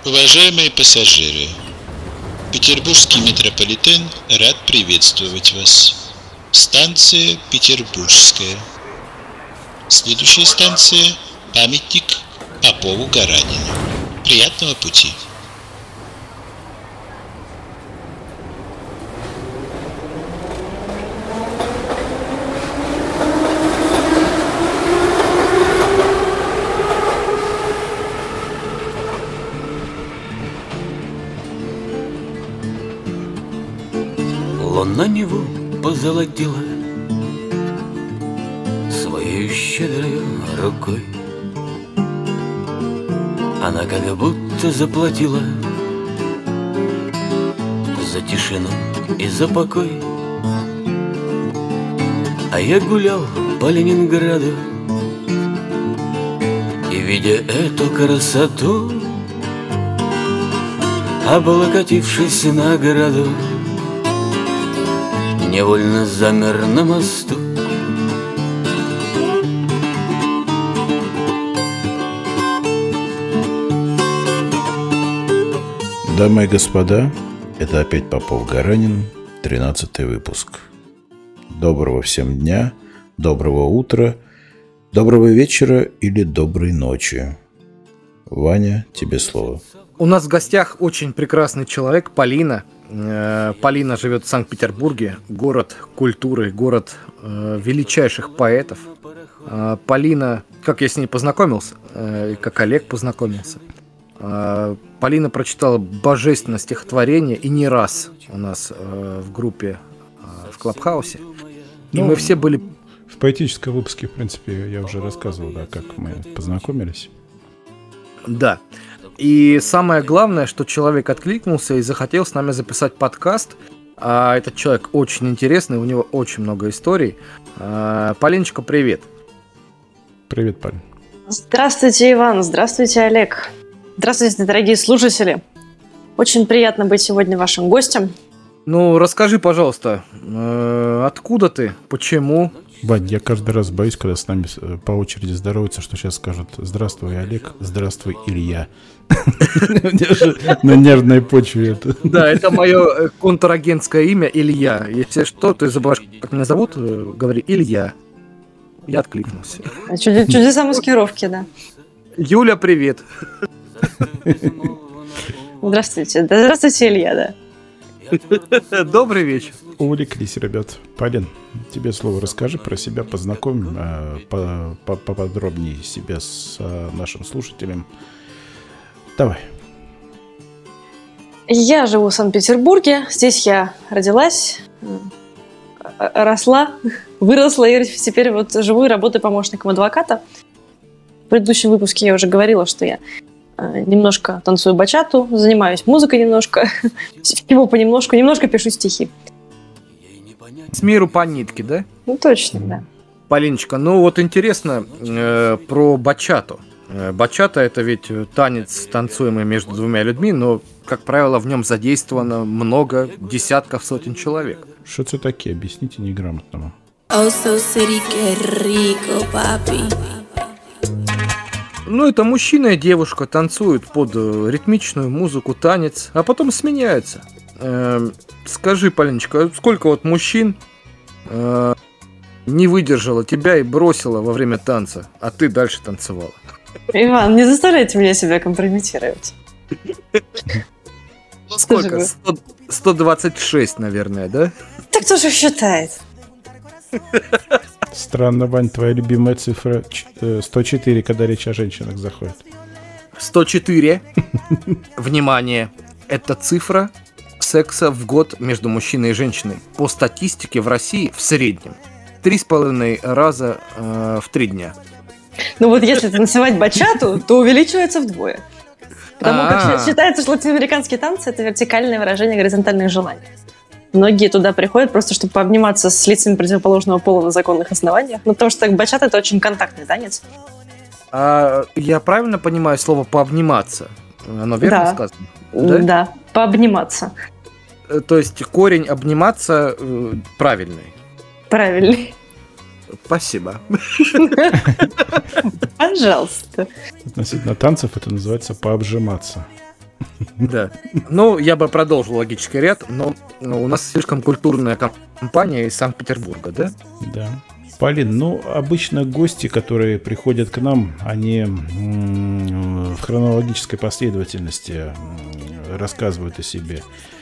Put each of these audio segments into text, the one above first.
Уважаемые пассажиры, Петербургский метрополитен рад приветствовать вас. Станция Петербургская. Следующая станция – памятник Попову Гаранину. Приятного пути. Луна Неву позолотила своей щедрой рукой. Она как будто заплатила за тишину и за покой. А я гулял по Ленинграду, и, видя эту красоту, облокотившись на ограду, невольно замер на мосту. Дамы и господа, это опять Попов Гаранин, 13-й выпуск. Доброго всем дня, доброго утра, доброго вечера или доброй ночи. Ваня, тебе слово. У нас в гостях очень прекрасный человек, Полина. Полина живет в Санкт-Петербурге, город культуры, город величайших поэтов. Полина, как я с ней познакомился, и как Олег познакомился. Полина прочитала божественное стихотворение и не раз у нас в группе в Клабхаусе. И мы все были... В поэтическом выпуске, в принципе, я уже рассказывал, да, как мы познакомились. Да. И самое главное, что человек откликнулся и захотел с нами записать подкаст. А этот человек очень интересный, у него очень много историй. Полиночка, привет. Привет, Полин. Здравствуйте, Иван. Здравствуйте, Олег. Здравствуйте, дорогие слушатели. Очень приятно быть сегодня вашим гостем. Ну, расскажи, пожалуйста, откуда ты, почему? Вань, я каждый раз боюсь, когда с нами по очереди здороваются, что сейчас скажут: здравствуй, Олег, здравствуй, Илья. На нервной почве это. Да, это мое контрагентское имя Илья. Если что, ты забываешь, как меня зовут, говори Илья. Я откликнулся. Чудеса маскировки, да. Юля, привет. Здравствуйте. Здравствуйте, Илья, да. Добрый вечер. Увлеклись, ребят. Полин, тебе слово. Расскажи про себя, познакомь поподробнее себя с нашим слушателем. Давай. Я живу в Санкт-Петербурге. Здесь я родилась, росла, выросла и теперь вот живу и работаю помощником адвоката. В предыдущем выпуске я уже говорила, что я немножко танцую бачату, занимаюсь музыкой немножко, всего понемножку, немножко пишу стихи. С миру по нитке, да? Ну, точно, да. Полиночка, ну вот интересно про бачату. Бачата — это ведь танец, танцуемый между двумя людьми, но, как правило, в нем задействовано много, десятков, сотен человек. Что это такие? Объясните неграмотному. Ну, это мужчина и девушка танцуют под ритмичную музыку, танец, а потом сменяются. Скажи, Полиночка, сколько вот мужчин не выдержало тебя и бросило во время танца, а ты дальше танцевала? Иван, не заставляйте меня себя компрометировать. Сколько? 126, наверное, да? Так кто же считает? Странно, Вань, твоя любимая цифра 104, когда речь о женщинах заходит. 104. Внимание. Это цифра секса в год между мужчиной и женщиной. По статистике в России в среднем 3,5 раза в 3 дня. Ну вот если танцевать бачату, то увеличивается вдвое. Потому как считается, что латиноамериканские танцы — это вертикальное выражение горизонтальных желаний. Многие туда приходят просто, чтобы пообниматься с лицами противоположного пола на законных основаниях. Ну, потому что бачата — это очень контактный танец. А я правильно понимаю слово «пообниматься»? Оно верно сказано? Да, пообниматься. То есть корень «обниматься» правильный? Правильный. Спасибо. Пожалуйста. Относительно танцев это называется «пообжиматься». Да. Ну, я бы продолжил логический ряд, но у нас слишком культурная компания из Санкт-Петербурга, да? Да. Полин, ну, обычно гости, которые приходят к нам, они в хронологической последовательности рассказывают о себе.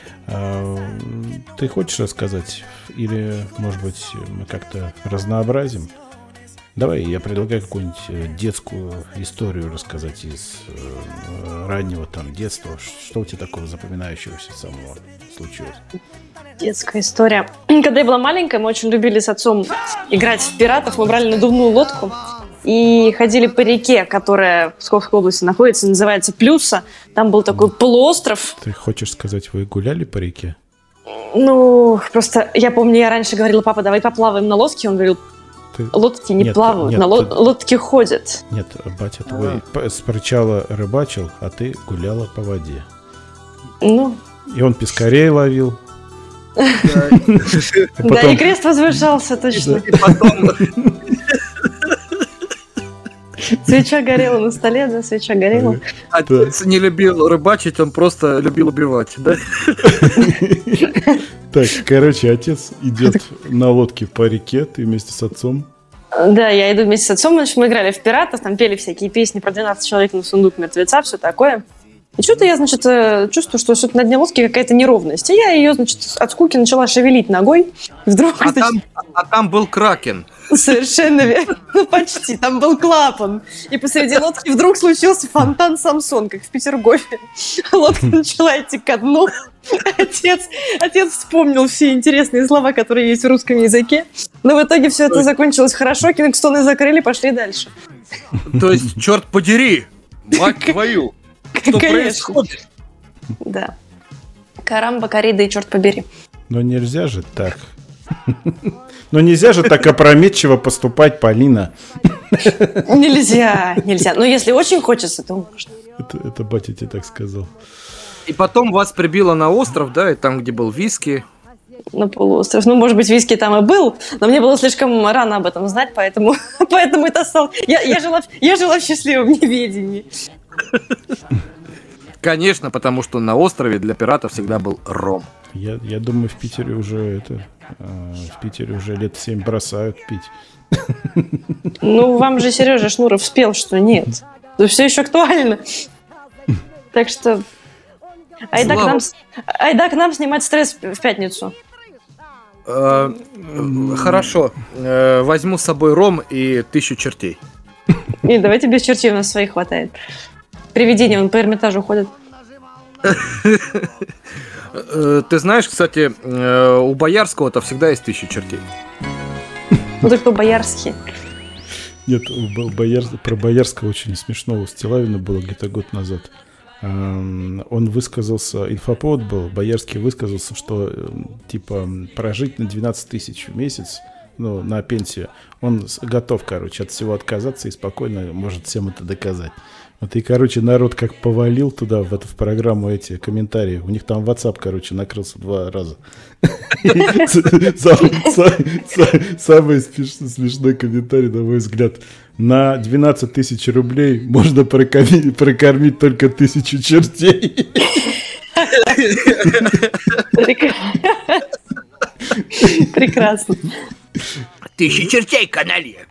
Ты хочешь рассказать? Или, может быть, мы как-то разнообразим? Давай, я предлагаю какую-нибудь детскую историю рассказать из раннего там детства. Что у тебя такого запоминающегося самого случилось? Детская история. Когда я была маленькая, мы очень любили с отцом играть в пиратов. Мы брали надувную лодку и ходили по реке, которая в Псковской области находится, называется Плюса. Там был такой полуостров. Ты хочешь сказать, вы гуляли по реке? Ну, просто я помню, я раньше говорила: папа, давай поплаваем на лодке. Он говорил: лодки не плавают, лодки ходят. Нет, батя твой с причала рыбачил, а ты гуляла по воде. Ну. И он пескарей ловил. Да, и крест возвышался, точно. Свеча горела на столе, да, свеча горела. Отец не любил рыбачить, он просто любил убивать, да? Так, короче, отец идет на лодке по реке, ты вместе с отцом. Да, я иду вместе с отцом, значит, мы играли в пиратов, там пели всякие песни про 12 человек на сундук мертвеца, все такое. И что-то я, значит, чувствую, что что-то на дне лодки какая-то неровность. И я ее, значит, от скуки начала шевелить ногой. Вдруг, там был кракен. Совершенно верно. Ну, почти. Там был клапан. И посреди лодки вдруг случился фонтан Самсон, как в Петергофе. Лодка начала идти ко дну. Отец вспомнил все интересные слова, которые есть в русском языке. Но в итоге все это закончилось хорошо. Кингстоны закрыли, пошли дальше. То есть, черт подери, мать твою. Что происходит? Да. Карамба, корида и черт побери. Но нельзя же так. Но нельзя же так опрометчиво поступать, Полина. Нельзя. Но если очень хочется, то можно. Это батя тебе так сказал. И потом вас прибило на остров, да, и там, где был виски. На полуостров. Ну, может быть, виски там и был, но мне было слишком рано об этом знать, поэтому это стало... Я жила в счастливом неведении. Конечно, потому что на острове для пиратов всегда был ром. Я думаю, в Питере уже лет 7 бросают пить. Ну, вам же Сережа Шнуров спел, что нет. Это все еще актуально. Так что айда к нам снимать стресс в пятницу. Хорошо. Возьму с собой ром и 1000 чертей. Не, давайте без чертей, у нас своих хватает. Привидения, он по Эрмитажу ходит. Ты знаешь, кстати, у Боярского-то всегда есть 1000 чертей. Ну так кто Боярский? Нет, про Боярского очень смешно у Стилавина было где-то год назад. Он высказался, инфоповод был, Боярский высказался, что типа прожить на 12 тысяч в месяц, ну, на пенсию, он готов, короче, от всего отказаться и спокойно может всем это доказать. Вот и, короче, народ как повалил туда, в программу эти комментарии. У них там WhatsApp, короче, накрылся 2 раза. Самый смешной комментарий, на мой взгляд. На 12 тысяч рублей можно прокормить только 1000 чертей. Прекрасно. 1000 чертей, каналья.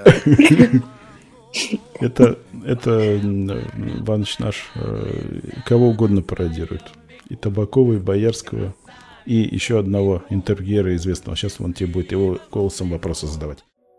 Это Иваныч наш кого угодно пародирует. И Табакова, и Боярского, и еще одного интервьюера известного. Сейчас он тебе будет его голосом вопросы задавать.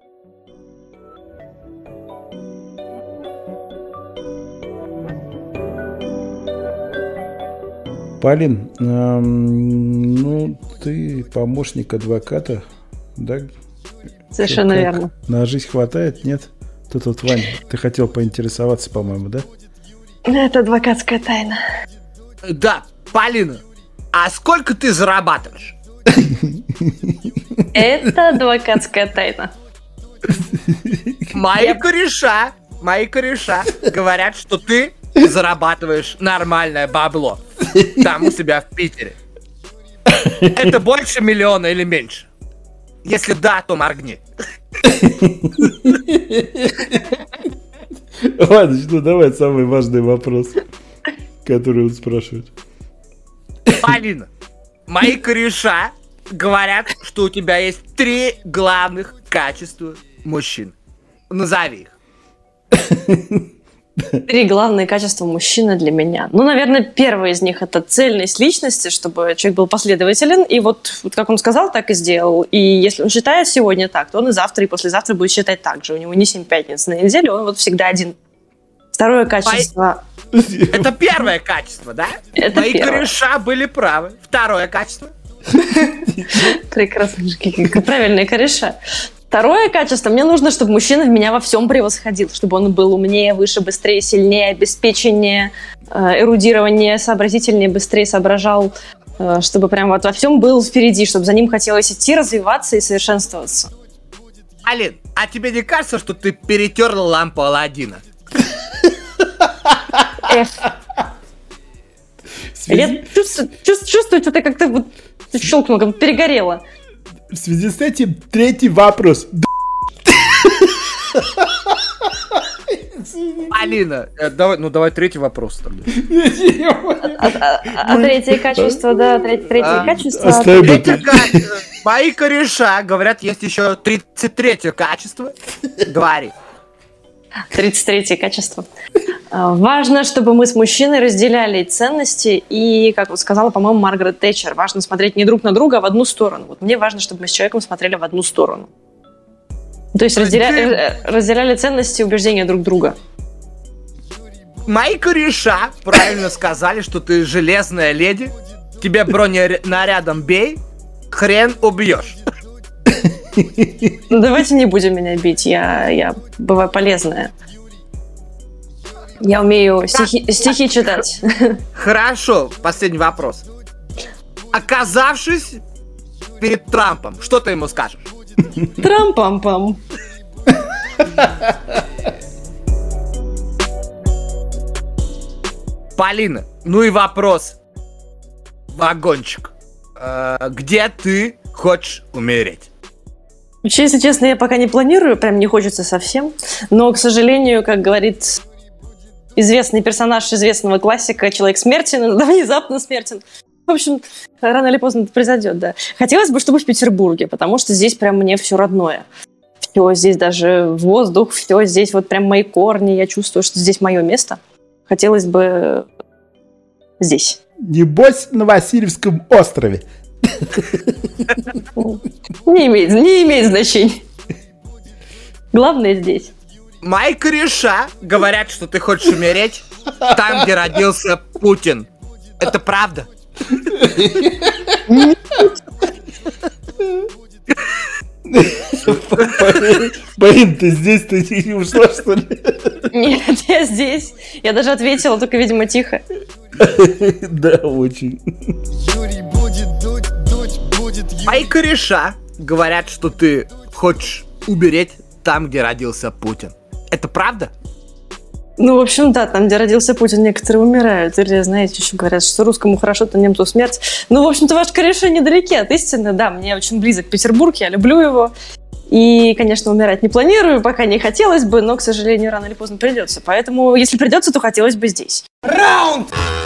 Полин, ну, ты помощник адвоката, да? Совершенно верно. На жизнь хватает, нет? Тут, Вань, ты хотел поинтересоваться, по-моему, да? Это адвокатская тайна. Да, Полина, а сколько ты зарабатываешь? Это адвокатская тайна. Мои кореша говорят, что ты зарабатываешь нормальное бабло там у себя в Питере. Это больше 1 миллиона или меньше? Если да, то моргни. Ладно, ну давай самый важный вопрос. который он спрашивает. Полина, мои кореша говорят, что у тебя есть 3 главных качества мужчин. Назови их. 3 главные качества мужчины для меня. Ну, наверное, первое из них – это цельность личности, чтобы человек был последователен. И вот как он сказал, так и сделал. И если он считает сегодня так, то он и завтра, и послезавтра будет считать так же. У него не 7 пятниц на неделю, он вот всегда один. Второе качество… Это первое качество, да? Это мои первое. кореша были правы. Второе качество. Прекрасно, как правильные кореша. Второе качество. Мне нужно, чтобы мужчина в меня во всем превосходил. Чтобы он был умнее, выше, быстрее, сильнее, обеспеченнее, эрудированнее, сообразительнее, быстрее соображал. Чтобы прям вот во всем был впереди. Чтобы за ним хотелось идти, развиваться и совершенствоваться. Алин, а тебе не кажется, что ты перетерла лампу Аладдина? Эх. Я чувствую, что ты как-то вот щелкнула, как перегорела. В связи с этим третий вопрос. Алина, давай третий вопрос тогда. А третье качество, да, третье качество. Мои кореша, говорят, есть еще 33-е качество. Говори. 33-е качество. Важно, чтобы мы с мужчиной разделяли ценности. И, как вот сказала, по-моему, Маргарет Тэтчер, важно смотреть не друг на друга, а в одну сторону. Вот мне важно, чтобы мы с человеком смотрели в одну сторону. То есть разделяли ценности и убеждения друг друга. Мои кореша правильно сказали, что ты железная леди. Тебе броненарядом бей, хрен убьешь. Ну, давайте не будем меня бить, я бываю полезная. Я умею стихи читать. Хорошо, последний вопрос. Оказавшись перед Трампом, что ты ему скажешь? Трам-пам-пам. Полина, ну и вопрос. Вагончик. Где ты хочешь умереть? Если честно, я пока не планирую, прям не хочется совсем. Но, к сожалению, как говорит известный персонаж известного классика, человек смертен, да, внезапно смертен. В общем, рано или поздно это произойдет, да. Хотелось бы, чтобы в Петербурге, потому что здесь прям мне все родное. Все здесь, даже воздух, все здесь вот прям мои корни. Я чувствую, что здесь мое место. Хотелось бы здесь. Небось на Васильевском острове. Не имеет значения. Главное здесь. Мои кореша говорят, что ты хочешь умереть там, где родился Путин. Это правда? Блин, ты здесь, ты не ушла, что ли? Нет, я здесь. Я даже ответила, только, видимо, тихо. Да, очень. Мои кореша говорят, что ты хочешь умереть там, где родился Путин. Это правда? Ну, в общем, да, там, где родился Путин, некоторые умирают. Или, знаете, еще говорят, что русскому хорошо, то немцу смерть. Ну, в общем-то, ваши кореши недалеки от истины. Да, мне очень близок Петербург, я люблю его. И, конечно, умирать не планирую, пока не хотелось бы, но, к сожалению, рано или поздно придется. Поэтому, если придется, то хотелось бы здесь. Раунд!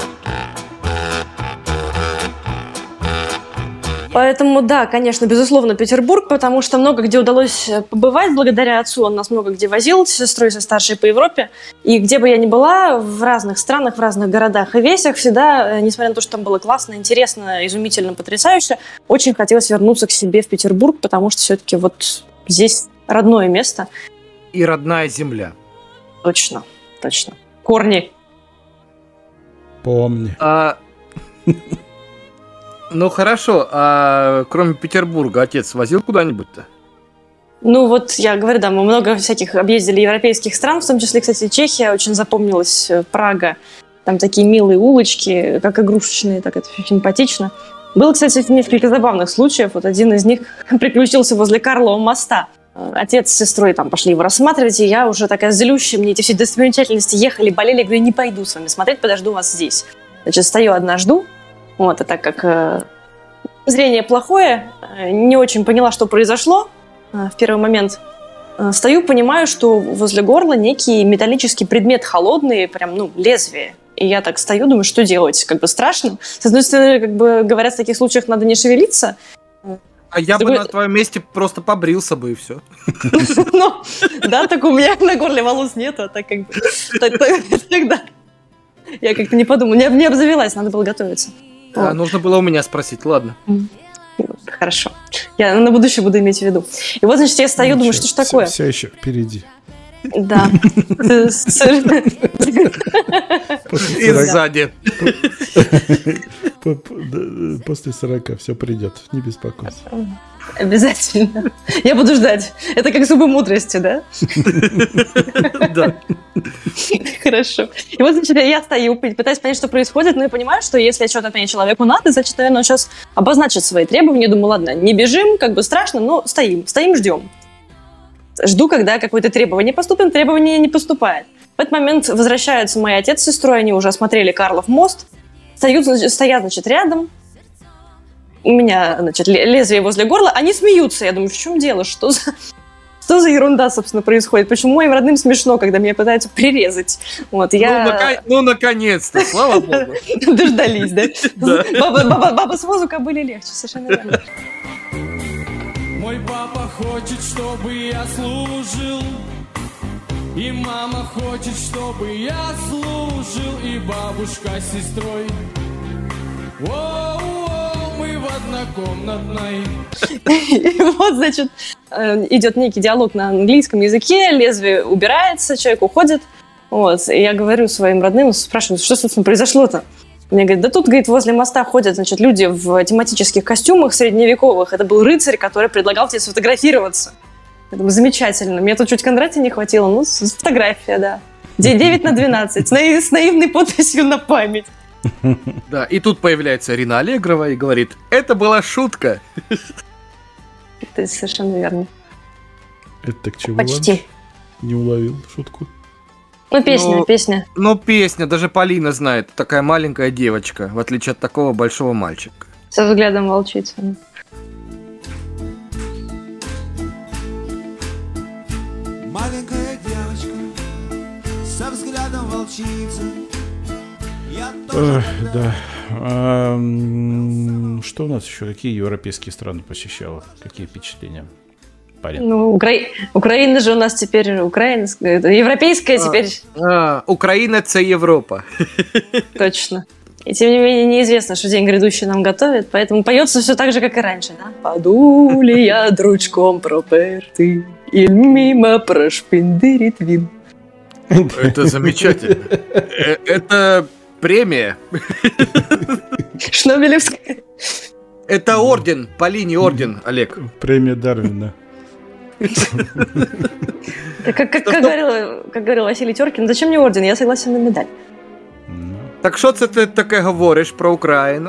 Поэтому, да, конечно, безусловно, Петербург, потому что много где удалось побывать благодаря отцу. Он нас много где возил с сестрой, со старшей по Европе. И где бы я ни была, в разных странах, в разных городах и весях, всегда, несмотря на то, что там было классно, интересно, изумительно, потрясающе, очень хотелось вернуться к себе в Петербург, потому что все-таки вот здесь родное место. И родная земля. Точно, точно. Корни. Помни. Ну хорошо, а кроме Петербурга отец возил куда-нибудь-то? Ну вот я говорю, да, мы много всяких объездили европейских стран, в том числе, кстати, Чехия, очень запомнилась, Прага. Там такие милые улочки, как игрушечные, так это очень симпатично. Было, кстати, несколько забавных случаев. Вот один из них приключился возле Карлова моста. Отец с сестрой там пошли его рассматривать, и я уже такая злющая, мне эти все достопримечательности ехали, болели, говорю, не пойду с вами смотреть, подожду вас здесь. Значит, стою одна, жду. Вот, а так как зрение плохое, не очень поняла, что произошло в первый момент. Стою, понимаю, что возле горла некий металлический предмет холодный, прям, лезвие. И я так стою, думаю, что делать? Как бы страшно. С одной стороны, как бы говорят, в таких случаях надо не шевелиться. А я бы на твоем месте просто побрился бы и все. Ну, да, так у меня на горле волос нету, а так как бы... Тогда я как-то не подумала, не обзавелась, надо было готовиться. Нужно было у меня спросить, ладно. Хорошо. Я на будущее буду иметь в виду. И вот, значит, я стою, думаю, что ж такое? Все еще впереди. Да. И сзади. После 40 все придет, не беспокойся. Обязательно. Я буду ждать. Это как зубы мудрости, да? Да. Хорошо. И вот, значит, я стою, пытаюсь понять, что происходит, но я понимаю, что если что-то от меня человеку надо, значит, наверное, он сейчас обозначит свои требования. Думаю, ладно, не бежим, как бы страшно, но стоим, ждем. Жду, когда какое-то требование поступит, требование не поступает. В этот момент возвращаются мой отец с сестрой, они уже осмотрели Карлов мост, стоят, значит, рядом. У меня, значит, лезвие возле горла, они смеются. Я думаю, в чем дело? Что за ерунда, собственно, происходит? Почему моим родным смешно, когда меня пытаются прирезать? Вот, Ну, наконец-то, слава богу. Дождались, да? Да. Баба с возу кобыли легче, совершенно верно. Мой папа хочет, чтобы я служил, и мама хочет, чтобы я служил, и бабушка с сестрой. Воу-воу, мы в однокомнатной. И вот, значит, идет некий диалог на английском языке, лезвие убирается, человек уходит. Вот, и я говорю своим родным, спрашиваю, что, собственно, произошло-то? Мне говорят, да тут, говорит, возле моста ходят, значит, люди в тематических костюмах средневековых. Это был рыцарь, который предлагал тебе сфотографироваться. Я думаю, замечательно. Мне тут чуть Кондратия не хватило. Ну, фотография, да. 9/12. С наивной подписью на память. Да, и тут появляется Ирина Аллегрова и говорит, это была шутка. Это совершенно верно. Это к чему? Почти. Не уловил шутку. Ну, песня. Ну, песня, даже Полина знает. Такая маленькая девочка, в отличие от такого большого мальчика. Со взглядом волчицы. Маленькая девочка со взглядом волчицы. Да. Что у нас еще? Какие европейские страны посещала? Какие впечатления? Ну, Украина же у нас теперь европейская теперь. Украина – это Европа. Точно. И тем не менее неизвестно, что день грядущий нам готовит, поэтому поется все так же, как и раньше, да? Подули я дручком проперти, и мимо прошпиндырит вин. Это замечательно. Это премия. Шнобелевская. Это орден, Полине орден, Олег. Премия Дарвина. Как говорил Василий Теркин, зачем мне орден? Я согласен на медаль. Так що це ти таке говориш про Україну?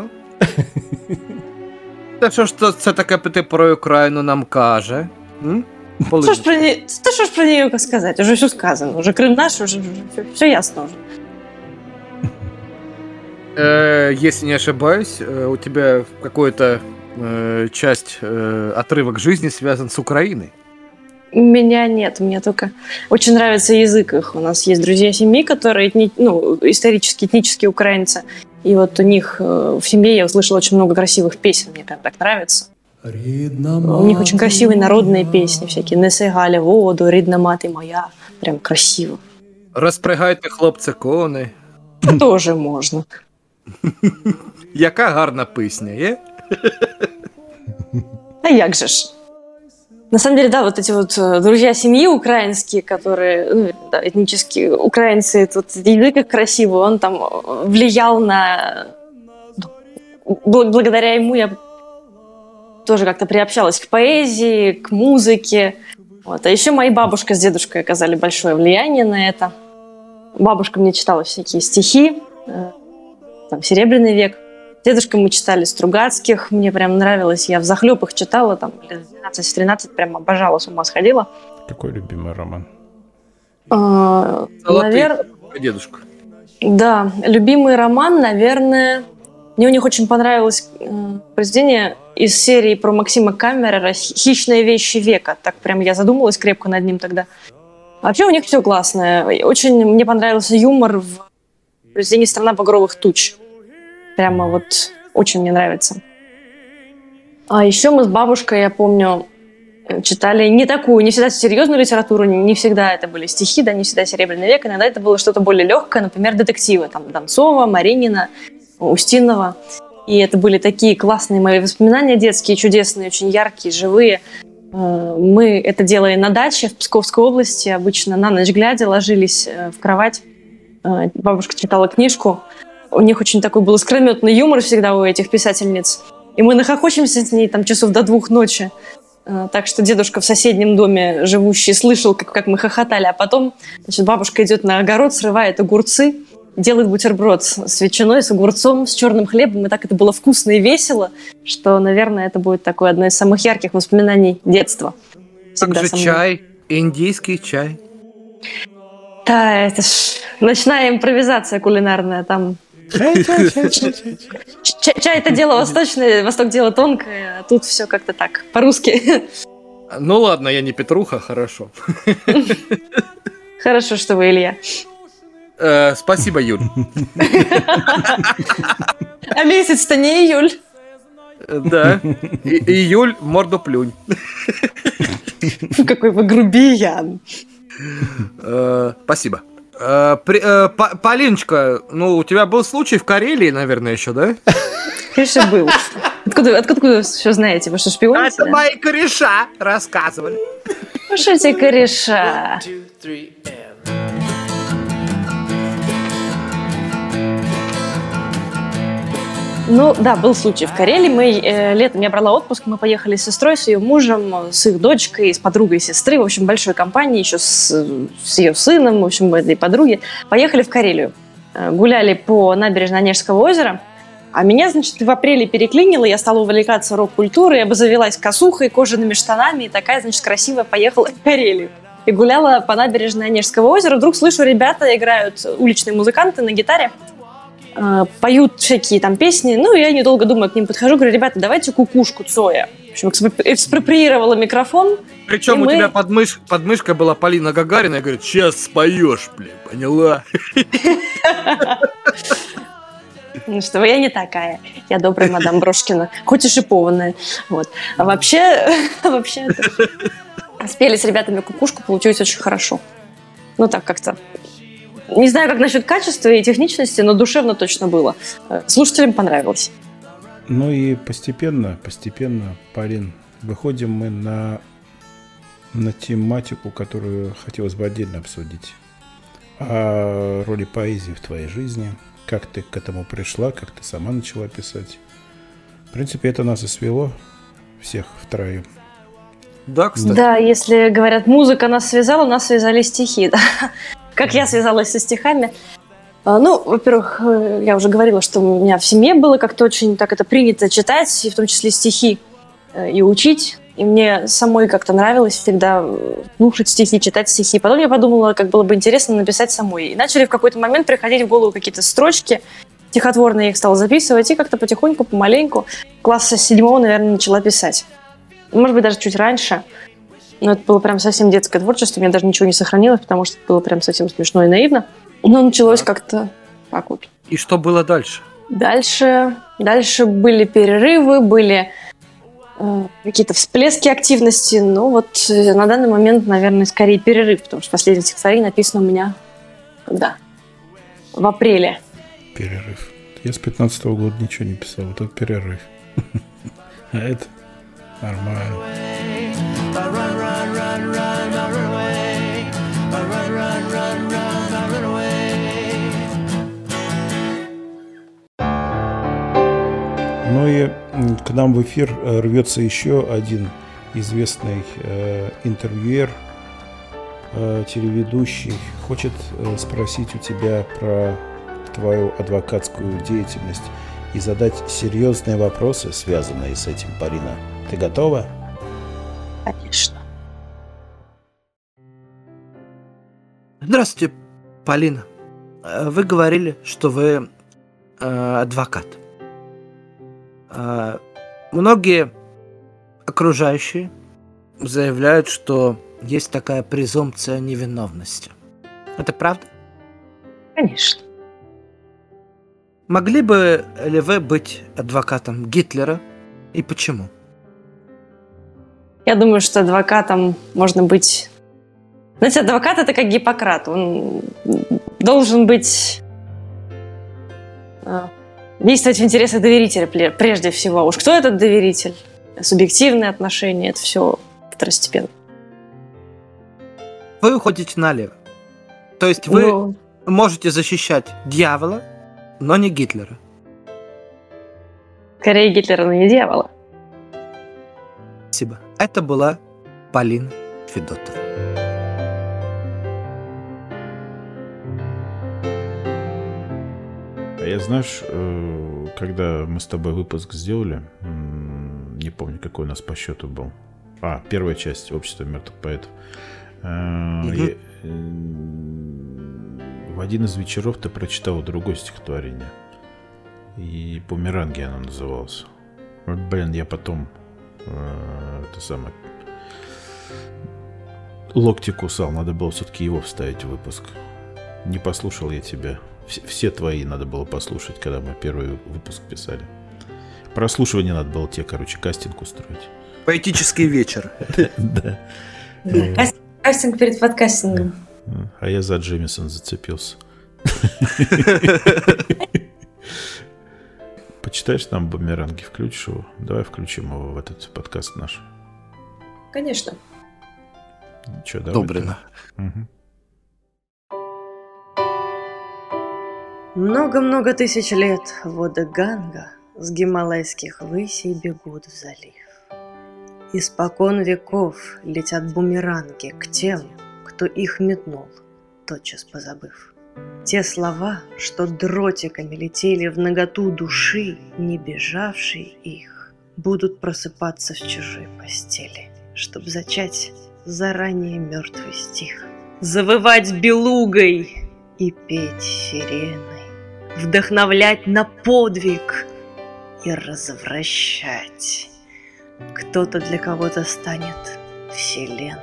Та що ж це таке ти про Україну нам каже? Что ж про нее сказать? Уже все сказано. Уже Крым наш, уже все ясно уже. Если не ошибаюсь, у тебя какая-то часть, отрывок жизни связан с Украиной. У меня нет, мне только очень нравится язык их. У нас есть друзья семьи, которые исторически этнические украинцы. И вот у них в семье я услышала очень много красивых песен, мне прям так нравится. У них очень красивые народные песни всякие. «Неси, Галя, воду», «Рідна мати моя». Прям красиво. «Розпрягайте, хлопці, кони». Тоже можно. Яка гарна пісня, є? А як же ж? На самом деле, да, вот эти вот друзья семьи украинские, которые, этнические украинцы, тут язык их красивый, он там влиял на... Благодаря ему я тоже как-то приобщалась к поэзии, к музыке. Вот. А еще мои бабушка с дедушкой оказали большое влияние на это. Бабушка мне читала всякие стихи, там, «Серебряный век». Дедушкой мы читали Стругацких, мне прям нравилось, я взахлеб их читала, там, лет 12-13, прям обожала, с ума сходила. Какой любимый роман? Дедушка. Да, любимый роман, наверное... Мне у них очень понравилось произведение из серии про Максима Каммерера «Хищные вещи века». Так прям я задумалась крепко над ним тогда. А вообще у них все классное. Очень мне понравился юмор в произведение «Страна багровых туч». Прямо вот очень мне нравится. А еще мы с бабушкой, я помню, читали не всегда серьезную литературу, не всегда это были стихи, да, не всегда «Серебряный век», иногда это было что-то более легкое, например, детективы, там, Донцова, Маринина, Устинова. И это были такие классные мои воспоминания детские, чудесные, очень яркие, живые. Мы это делали на даче в Псковской области, обычно на ночь глядя ложились в кровать. Бабушка читала книжку. У них очень такой был искрометный юмор всегда у этих писательниц. И мы нахохочемся с ней там часов до 2 ночи. Так что дедушка в соседнем доме живущий слышал, как мы хохотали. А потом, значит, бабушка идет на огород, срывает огурцы, делает бутерброд с ветчиной, с огурцом, с черным хлебом. И так это было вкусно и весело, что, наверное, это будет такое одно из самых ярких воспоминаний детства. Всегда также чай, индийский чай. Да, это ж ночная импровизация кулинарная там. Чай это дело восточное, Восток дело тонкое, а тут все как-то так, по-русски. Ну ладно, я не Петруха, хорошо. Хорошо, что вы, Илья. Спасибо, Юль. А месяц-то не июль. Да, июль, морду плюнь. Какой вы грубиян. Спасибо. Полиночка, ну, у тебя был случай в Карелии, наверное, еще, да? Конечно, был. Откуда вы все знаете? Вы что, шпионите? Это мои кореша рассказывали. Что эти кореша? Ну, да, был случай в Карелии. Летом я брала отпуск, мы поехали с сестрой, с ее мужем, с их дочкой, с подругой сестры, в общем, большой компанией, еще с ее сыном, в общем, этой подруги. Поехали в Карелию. Гуляли по набережной Онежского озера, а меня, значит, в апреле переклинило, я стала увлекаться рок-культурой, обзавелась косухой, кожаными штанами, и такая, значит, красивая поехала в Карелию. И гуляла по набережной Онежского озера, вдруг слышу, ребята играют, уличные музыканты на гитаре, поют всякие там песни. Ну, я, недолго думая, к ним подхожу, говорю: ребята, давайте кукушку Цоя. В общем, экспроприировала микрофон. Причем у тебя под мышкой была Полина Гагарина и говорит: сейчас споешь, блин, поняла? Ну что, я не такая. Я добрая мадам Брошкина, хоть и шипованная. Вот. А вообще спели с ребятами кукушку, получилось очень хорошо. Ну, так как-то. Не знаю, как насчет качества и техничности, но душевно точно было. Слушателям понравилось. Ну и постепенно, Полин, выходим мы на тематику, которую хотелось бы отдельно обсудить. О роли поэзии в твоей жизни. Как ты к этому пришла, как ты сама начала писать. В принципе, это нас и свело всех втроем. Да, кстати. Да, если говорят, музыка нас связала, нас связали стихи. Да? Как я связалась со стихами? Ну, во-первых, я уже говорила, что у меня в семье было как-то очень так это принято читать, и в том числе стихи, и учить. И мне самой как-то нравилось всегда слушать стихи, читать стихи. Потом я подумала, как было бы интересно написать самой. И начали в какой-то момент приходить в голову какие-то строчки стихотворные, я их стала записывать, и как-то потихоньку, помаленьку, класса 7-го, наверное, начала писать. Может быть, даже чуть раньше. Но это было прям совсем детское творчество, у меня даже ничего не сохранилось, потому что это было прям совсем смешно и наивно. Но началось как-то так вот. И что было дальше? Дальше были перерывы, были какие-то всплески активности. Но вот на данный момент, наверное, скорее перерыв, потому что последнее стихотворение написано у меня когда? В апреле. Перерыв. Я с 15-го года ничего не писал, вот только перерыв. А это нормально. Ну и к нам в эфир рвется еще один известный интервьюер, телеведущий. Хочет спросить у тебя про твою адвокатскую деятельность и задать серьезные вопросы, связанные с этим, Полина. Ты готова? Конечно. Здравствуйте, Полина. Вы говорили, что вы адвокат. Многие окружающие заявляют, что есть такая презумпция невиновности. Это правда? Конечно. Могли бы ли вы быть адвокатом Гитлера и почему? Я думаю, что адвокатом можно быть... Знаете, адвокат — это как Гиппократ. Он должен быть... действовать в интересах доверителя прежде всего. Уж кто этот доверитель? Субъективные отношения — это все второстепенно. Вы уходите налево. То есть вы можете защищать дьявола, но не Гитлера. Скорее Гитлера, но не дьявола. Спасибо. Это была Полина Федотова. Я, знаешь, когда мы с тобой выпуск сделали, не помню, какой у нас по счету был. Первая часть «Общества мертвых поэтов». В один из вечеров ты прочитал другое стихотворение. И «Бумеранги» оно называлось. Блин, я потом локти кусал. Надо было все-таки его вставить в выпуск. Не послушал я тебя. Все твои надо было послушать, когда мы первый выпуск писали. Прослушивание надо было тебе, кастинг устроить. Поэтический вечер. Да. Кастинг перед подкастингом. А я за Джемисон зацепился. Почитаешь нам «Бумеранги», включишь его? Давай включим его в этот подкаст наш. Конечно. Что, давай. Добрено. Много-много тысяч лет воды Ганга с гималайских высей бегут в залив. Испокон веков летят бумеранги к тем, кто их метнул, тотчас позабыв. Те слова, что дротиками летели в наготу души, не бежавшие их, будут просыпаться в чужой постели, чтоб зачать заранее мертвый стих. Завывать белугой и петь сиреной, вдохновлять на подвиг и развращать. Кто-то для кого-то станет вселенной,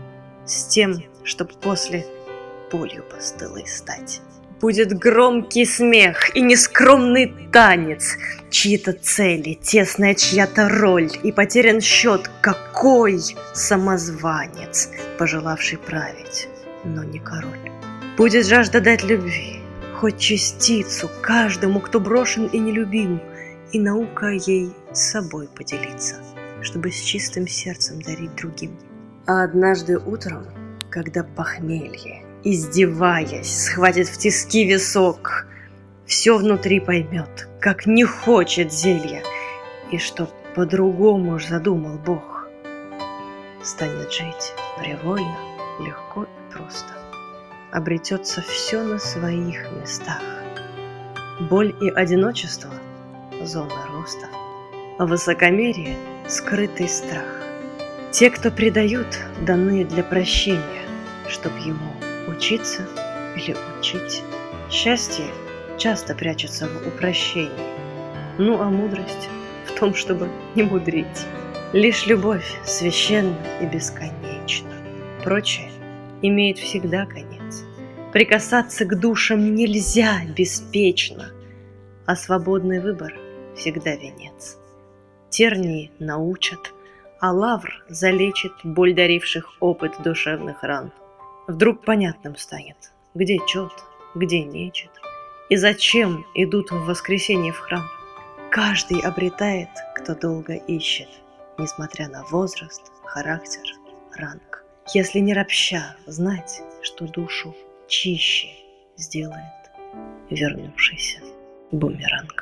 с тем, чтоб после болью постылой стать. Будет громкий смех и нескромный танец, чьи-то цели, тесная чья-то роль, и потерян счет, какой самозванец, пожелавший править, но не король. Будет жажда дать любви, хоть частицу каждому, кто брошен и нелюбим, и наука ей с собой поделиться, чтобы с чистым сердцем дарить другим. А однажды утром, когда похмелье, издеваясь, схватит в тиски висок, все внутри поймет, как не хочет зелья, и что по-другому уж задумал Бог. Станет жить привольно, легко и просто. Обретется все на своих местах. Боль и одиночество — зона роста, а высокомерие — скрытый страх. Те, кто предают, даны для прощения, чтоб ему учиться или учить. Счастье часто прячется в упрощении, ну а мудрость в том, чтобы не мудрить. Лишь любовь священна и бесконечна. Прочее имеет всегда конец. Прикасаться к душам нельзя беспечно, а свободный выбор всегда венец. Тернии научат, а лавр залечит боль даривших опыт душевных ран. Вдруг понятным станет, где чет, где нечет, и зачем идут в воскресенье в храм. Каждый обретает, кто долго ищет, несмотря на возраст, характер, ранг. Если не ропща знать, что душу чище сделает вернувшийся бумеранг.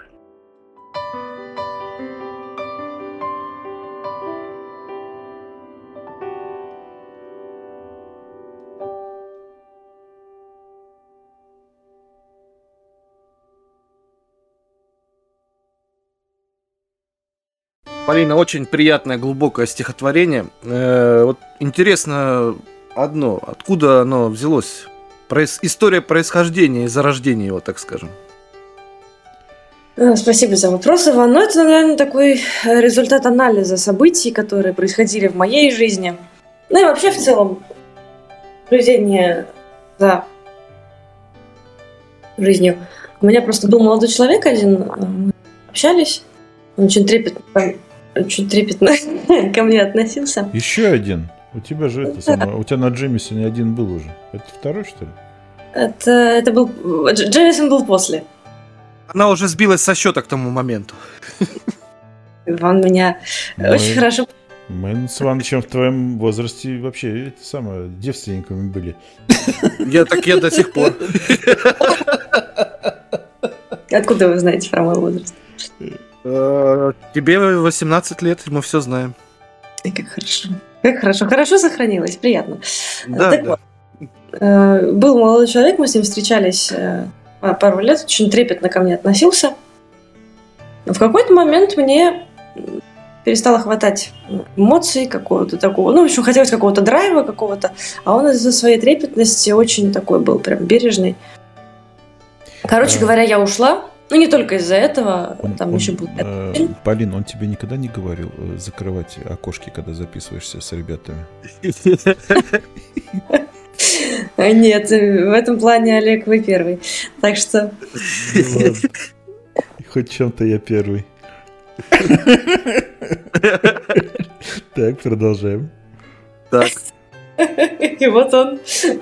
Полина, очень приятное, глубокое стихотворение. Вот интересно одно, откуда оно взялось? История происхождения и зарождения его, так скажем. Спасибо за вопрос, Иван. Ну, это, наверное, такой результат анализа событий, которые происходили в моей жизни. Ну и вообще, в целом, наблюдение за жизнью. У меня просто был молодой человек один, мы общались, он очень трепетно ко мне относился. Еще один. У тебя же это самое. У тебя на Джемисоне один был уже. Это второй, что ли? Это был... Джемисон был после. Она уже сбилась со счета к тому моменту. Он меня очень хорошо... Мы с Ивановичем в твоем возрасте вообще это самое, девственниками были. Я до сих пор. Откуда вы знаете про мой возраст? Тебе 18 лет, мы все знаем. Как хорошо. Как хорошо. Хорошо сохранилось, приятно. Да, так да. Вот, был молодой человек, мы с ним встречались пару лет, очень трепетно ко мне относился. Но в какой-то момент мне перестало хватать эмоций, какого-то такого, ну, в общем, хотелось какого-то драйва какого-то, а он из-за своей трепетности очень такой был, прям бережный. Короче говоря, я ушла, ну, не только из-за этого, там еще был... Полин, он тебе никогда не говорил закрывать окошки, когда записываешься с ребятами? Нет, в этом плане, Олег, вы первый. Так что... Хоть чем-то я первый. Так, продолжаем. Так. И вот он.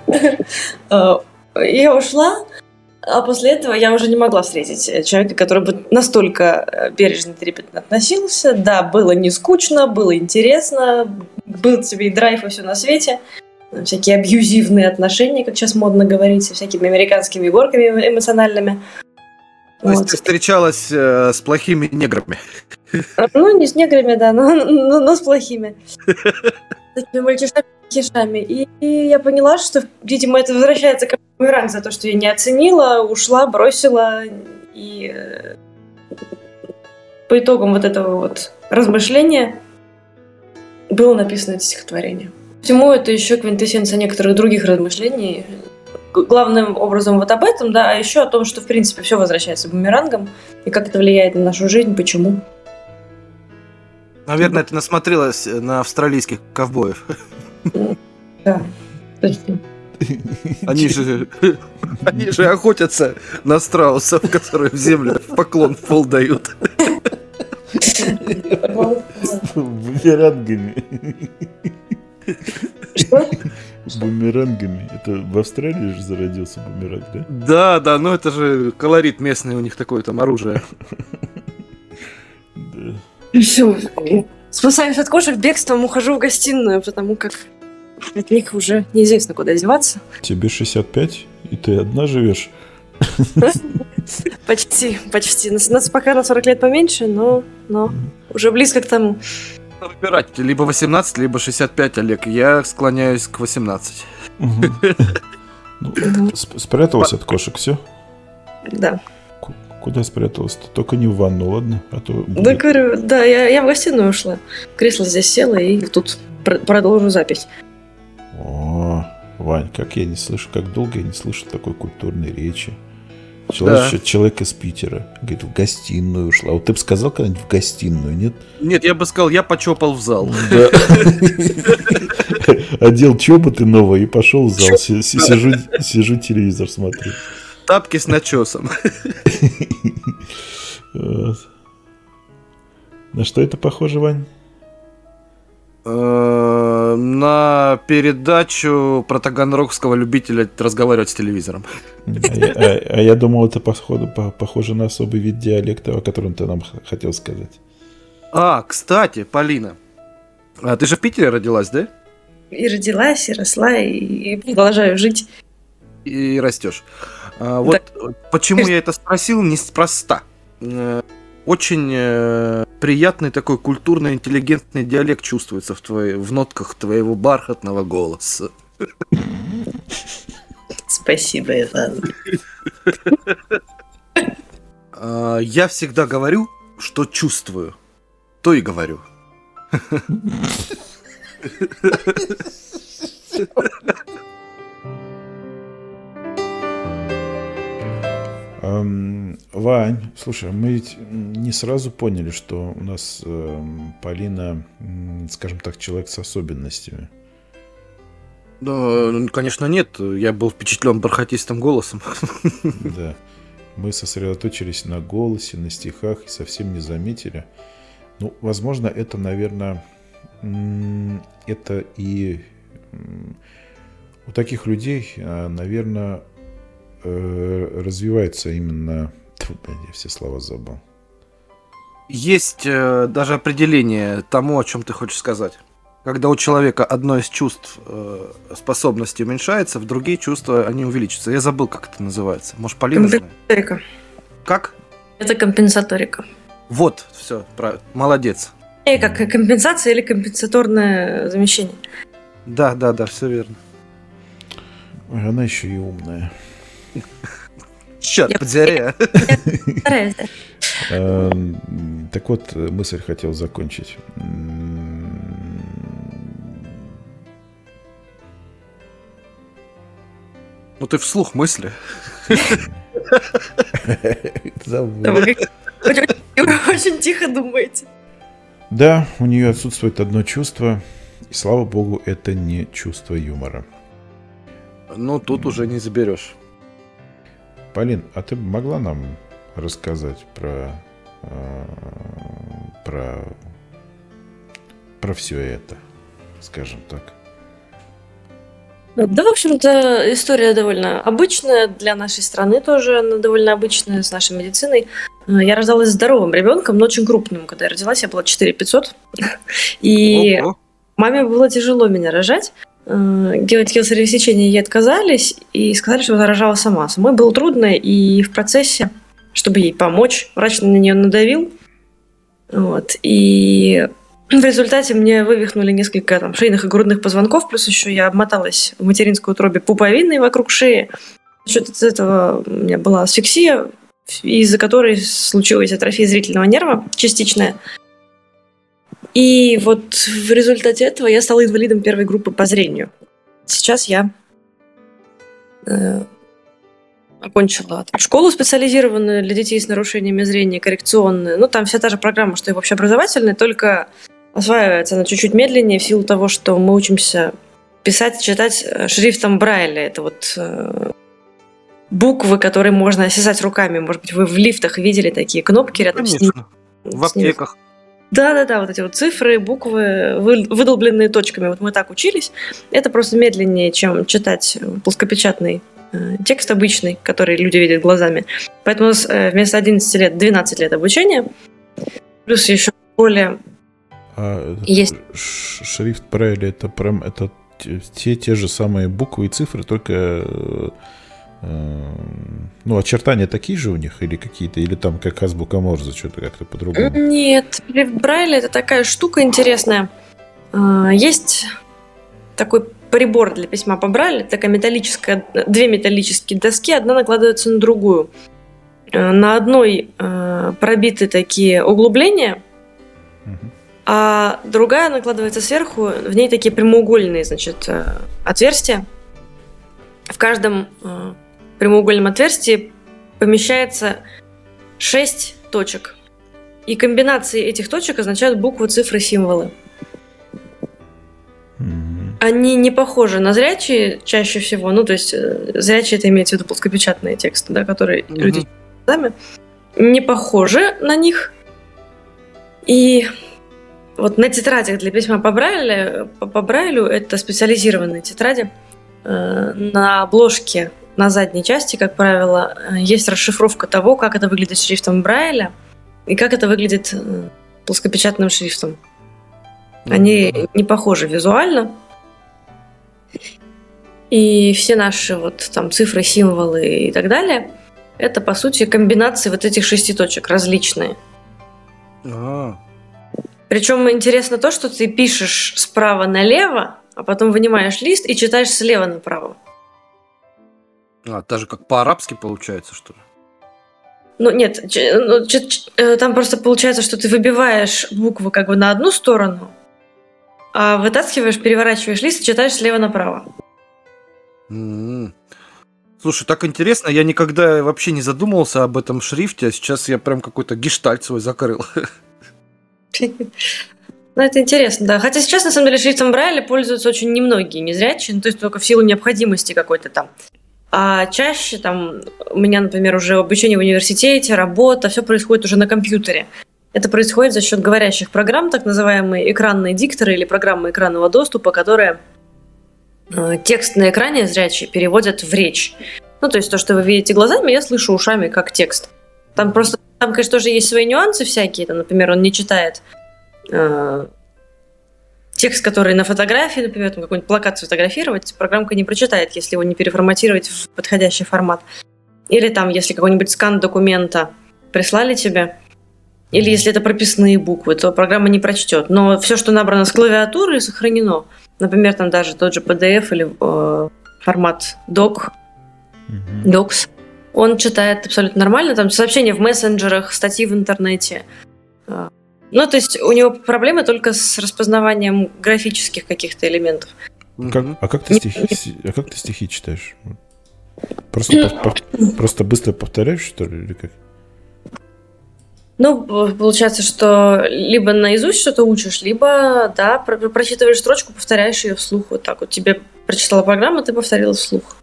Я ушла, а после этого я уже не могла встретить человека, который бы настолько бережно и трепетно относился. Да, было не скучно, было интересно, был тебе и драйв, и все на свете. Всякие абьюзивные отношения, как сейчас модно говорить, со всякими американскими горками эмоциональными. То есть ты встречалась с плохими неграми? Ну, не с неграми, да, но с плохими. Такими мальчишами. И я поняла, что, видимо, это возвращается как бумеранг за то, что я не оценила, ушла, бросила. И по итогам вот этого вот размышления было написано это стихотворение. Всему это еще квинтэссенция некоторых других размышлений. Главным образом вот об этом, да, а еще о том, что, в принципе, все возвращается бумерангом, и как это влияет на нашу жизнь, почему. Наверное, ты насмотрелась на австралийских ковбоев. Да, точно. Они же охотятся на страусов, которые в землю в поклон в пол дают. Бумерангами. Что? Бумерангами. Это в Австралии же зародился бумеранг, да? Да, ну это же колорит местный, у них такое там оружие. Да. И все. Спасаюсь от кошек бегством, ухожу в гостиную, потому как от них уже неизвестно, куда деваться. Тебе 65, и ты одна живешь? Почти. Нас пока на 40 лет поменьше, но уже близко к тому. Выбирать либо 18, либо 65, Олег. Я склоняюсь к 18. Спряталась от кошек, все? Да. Куда спряталась-то? Только не в ванну, ладно? А то Да, говорю, да, я в гостиную ушла. В кресло здесь села и тут продолжу запись. О, Вань, как я не слышу, как долго я не слышу такой культурной речи. Человек из Питера. Говорит, в гостиную ушла. Вот ты бы сказал когда-нибудь в гостиную, нет? Нет, я бы сказал, я почопал в зал. Да. Одел чоботы новые и пошел в зал. Сижу, телевизор смотрю. Тапки с начесом. На что это похоже, Вань? На передачу про таганрогского любителя разговаривать с телевизором. А я думал, это похоже на особый вид диалекта, о котором ты нам хотел сказать. Кстати, Полина, ты же в Питере родилась, да? И родилась, и росла, и продолжаю жить. И растешь. Вот почему я это спросил, неспроста. Очень приятный такой культурно-интеллигентный диалект чувствуется в нотках твоего бархатного голоса. Спасибо, Иван. Я всегда говорю, что чувствую, то и говорю. Вань, слушай, мы ведь не сразу поняли, что у нас Полина, скажем так, человек с особенностями. Ну, конечно, нет. Я был впечатлен бархатистым голосом. Да. мы сосредоточились на голосе, на стихах и совсем не заметили. Ну, возможно, это, наверное, это и у таких людей, наверное, развивается именно... Я все слова забыл. Есть даже определение тому, о чем ты хочешь сказать. Когда у человека одно из чувств способности уменьшается, в другие чувства они увеличатся. Я забыл, как это называется. Может, Полина знает? Компенсаторика. Как? Это компенсаторика. Вот, все, молодец. И как компенсация или компенсаторное замещение. Да, все верно. Ой, она еще и умная. Черт, подзаря. Стараюсь, да. Так вот, мысль хотел закончить. Ну ты вслух мысли. Забыл. Очень тихо думаете. Да, у нее отсутствует одно чувство, и слава богу, это не чувство юмора. Ну тут уже не заберешь. Полин, а ты бы могла нам рассказать про все это, скажем так? Да, в общем-то, история довольно обычная для нашей страны тоже, она довольно обычная с нашей медициной. Я рождалась здоровым ребенком, но очень крупным. Когда я родилась, я была 4500. И маме было тяжело меня рожать. Делать кесарево сечение ей отказались и сказали, что она рожала сама. Самой было трудно, и в процессе, чтобы ей помочь, врач на нее надавил. Вот, и в результате мне вывихнули несколько шейных и грудных позвонков, плюс еще я обмоталась в материнской утробе пуповиной вокруг шеи. За счет этого у меня была асфиксия, из-за которой случилась атрофия зрительного нерва частичная. И вот в результате этого я стала инвалидом первой группы по зрению. Сейчас я окончила школу специализированную для детей с нарушениями зрения, коррекционную. Ну, там вся та же программа, что и в общеобразовательной, только осваивается она чуть-чуть медленнее в силу того, что мы учимся писать, читать шрифтом Брайля. Это вот буквы, которые можно осязать руками. Может быть, вы в лифтах видели такие кнопки рядом с ними. В аптеках. Да, вот эти вот цифры, буквы, выдолбленные точками. Вот мы так учились. Это просто медленнее, чем читать плоскопечатный текст обычный, который люди видят глазами. Поэтому у нас вместо 11 лет 12 лет обучения. Плюс еще в школе есть... Шрифт Брайля это те же самые буквы и цифры, только очертания такие же у них или какие-то, или там как азбука Морзе, что-то как-то по-другому? Нет, шрифт Брайля это такая штука интересная. Есть такой прибор для письма по Брайлю, такая металлическая, две металлические доски, одна накладывается на другую. На одной пробиты такие углубления, а другая накладывается сверху, в ней такие прямоугольные, отверстия. В каждом прямоугольном отверстии помещается 6 точек. И комбинации этих точек означают буквы, цифры, символы. Они не похожи на зрячие чаще всего. Ну, то есть зрячие — это имеется в виду плоскопечатные тексты, да, которые люди читают сами. Не похожи на них. И вот на тетрадях для письма по Брайлю это специализированные тетради. На обложке на задней части, как правило, есть расшифровка того, как это выглядит шрифтом Брайля и как это выглядит плоскопечатным шрифтом. Они не похожи визуально. И все наши цифры, символы и так далее — это, по сути, комбинации вот этих 6 точек различные. Причем интересно то, что ты пишешь справа налево, а потом вынимаешь лист и читаешь слева направо. Даже как по-арабски получается, что ли? Ну, нет, там просто получается, что ты выбиваешь буквы как бы на одну сторону, а вытаскиваешь, переворачиваешь лист и читаешь слева направо. Слушай, так интересно, я никогда вообще не задумывался об этом шрифте, а сейчас я прям какой-то гештальт свой закрыл. Ну, это интересно, да. Хотя сейчас, на самом деле, шрифтом Брайля пользуются очень немногие незрячие, то есть только в силу необходимости какой-то там. А чаще там у меня, например, уже обучение в университете, работа, все происходит уже на компьютере. Это происходит за счет говорящих программ, так называемые экранные дикторы или программы экранного доступа, которые текст на экране зрячие переводят в речь. Ну, то есть то, что вы видите глазами, я слышу ушами как текст. Там, конечно, тоже есть свои нюансы всякие. Там, например, он не читает текст, который на фотографии, например, там какой-нибудь плакат сфотографировать, программка не прочитает, если его не переформатировать в подходящий формат. Или там, если какой-нибудь скан документа прислали тебе, или если это прописные буквы, то программа не прочтет. Но все, что набрано с клавиатуры, сохранено. Например, там даже тот же PDF или формат Docs, он читает абсолютно нормально. Там сообщения в мессенджерах, статьи в интернете. Ну, то есть у него проблемы только с распознаванием графических каких-то элементов. А как ты стихи читаешь? Просто быстро повторяешь, что ли, или как? Ну, получается, что либо наизусть что-то учишь, либо, да, прочитываешь строчку, повторяешь ее вслух. Вот так вот. Тебе прочитала программа, ты повторила вслух.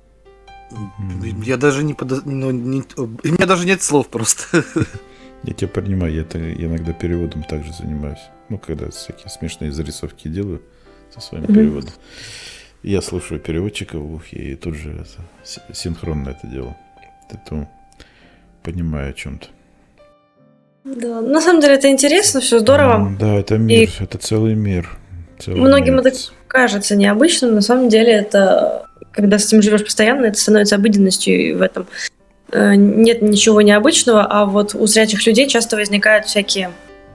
Я даже не у меня даже нет слов просто. Я тебя понимаю, я иногда переводом также занимаюсь. Ну, когда всякие смешные зарисовки делаю со своим переводом. Я слушаю переводчика в ухе и тут же синхронно это делаю. Поэтому понимаю о чем-то. Да, на самом деле это интересно, все здорово. Да, это мир, это целый мир. Многим это кажется необычным, на самом деле это, когда с этим живешь постоянно, это становится обыденностью, и в этом нет ничего необычного, а вот у зрячих людей часто возникают всякие...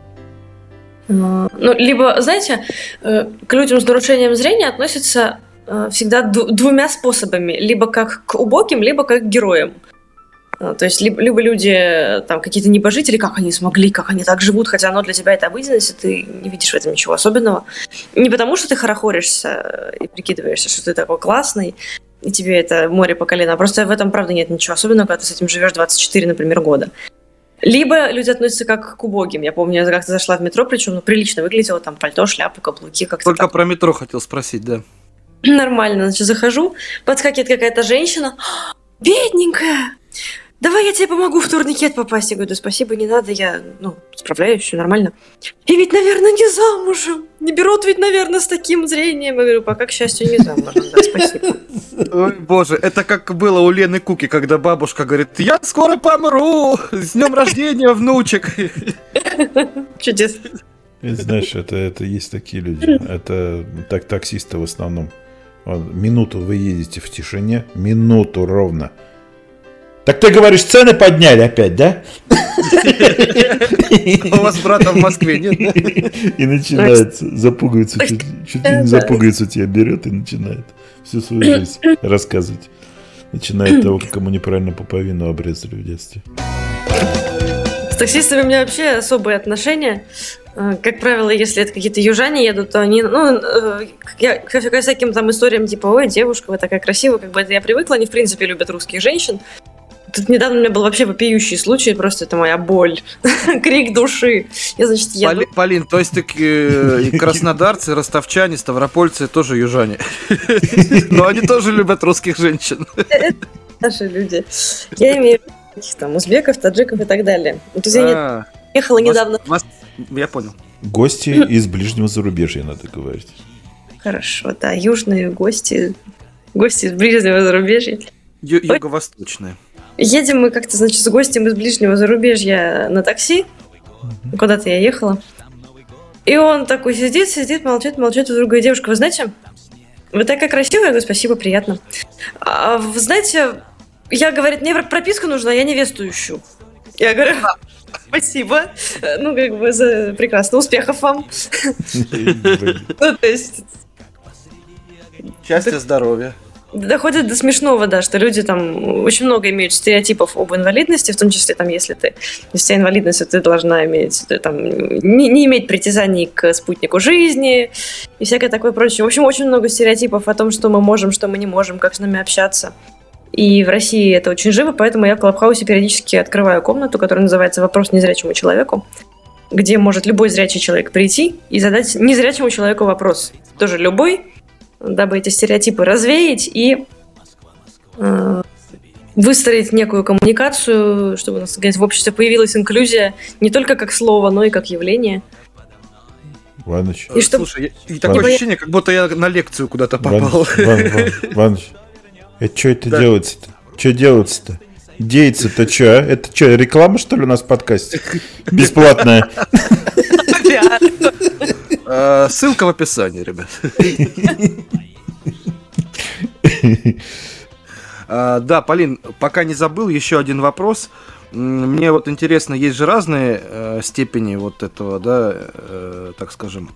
Ну, либо, знаете, к людям с нарушением зрения относятся всегда двумя способами, либо как к убогим, либо как к героям. То есть либо люди там какие-то небожители, как они смогли, как они так живут, хотя оно для тебя это обыденность, и ты не видишь в этом ничего особенного. Не потому, что ты хорохоришься и прикидываешься, что ты такой классный, и тебе это море по колено, а просто в этом, правда, нет ничего особенного, когда ты с этим живешь 24, например, года. Либо люди относятся как к убогим. Я помню, я как-то зашла в метро, причем прилично выглядело, там пальто, шляпу, каблуки. Как-то только так. Про метро хотел спросить, да. Нормально, значит, захожу, подскакивает какая-то женщина, бедненькая, давай я тебе помогу в турникет попасть. Я говорю, да спасибо, не надо, я, справляюсь, все нормально. И ведь, наверное, не замужем. Не берут ведь, наверное, с таким зрением. Я говорю, пока, к счастью, не замужем, да, спасибо. Ой, боже, это как было у Лены Куки, когда бабушка говорит, я скоро помру, с днем рождения, внучек. Чудесно. Знаешь, это есть такие люди. Это таксисты в основном. Минуту вы едете в тишине, минуту ровно. Так ты говоришь, цены подняли опять, да? У вас брата в Москве нет? И начинается, запугивается, чуть ли не запугивается, тебя берет и начинает всю свою жизнь рассказывать. Начиная от того, как ему неправильно пуповину обрезали в детстве. С таксистами у меня вообще особые отношения. Как правило, если это какие-то южане едут, то они, я ко всяким там историям типа, ой, девушка, вы такая красивая, как бы это я привыкла, они в принципе любят русских женщин. Тут недавно у меня был вообще вопиющий случай, просто это моя боль, крик души. Я, значит, еду. Полин, то есть и краснодарцы, ростовчане, ставропольцы тоже южане. Но они тоже любят русских женщин. Это наши люди. Я имею в виду там узбеков, таджиков и так далее. То есть я ехала недавно. Я понял. Гости из ближнего зарубежья, надо говорить. Хорошо, да, южные гости из ближнего зарубежья. Юго-восточные. Едем мы как-то, значит, с гостем из ближнего зарубежья на такси. Куда-то я ехала. И он такой сидит, молчит. Вдруг говорит, девушка, вы знаете, вы такая красивая. Я говорю, спасибо, приятно. А вы знаете, говорит, мне прописка нужна, я невесту ищу. Я говорю, спасибо. Прекрасно, успехов вам. То есть... Счастья, здоровья. Доходит до смешного, да, что люди там очень много имеют стереотипов об инвалидности, в том числе, там, если у тебя инвалидность, ты должна иметь, не иметь притязаний к спутнику жизни и всякое такое прочее. В общем, очень много стереотипов о том, что мы можем, что мы не можем, как с нами общаться. И в России это очень живо, поэтому я в Клабхаусе периодически открываю комнату, которая называется «Вопрос незрячему человеку», где может любой зрячий человек прийти и задать незрячему человеку вопрос. Тоже любой, дабы эти стереотипы развеять и выстроить некую коммуникацию, чтобы у нас, наконец, в обществе появилась инклюзия не только как слово, но и как явление. Ваныч. И чтоб- Слушай, такое ощущение, как будто я на лекцию куда-то попал. Ваныч, это что это Да. делается-то? Что делается-то? Деется-то что, а? Это что, реклама, что ли, у нас в подкасте? Бесплатная. Ссылка в описании, ребят. Да, Полин, пока не забыл, еще один вопрос. Мне вот интересно, есть же разные степени вот этого, да, так скажем,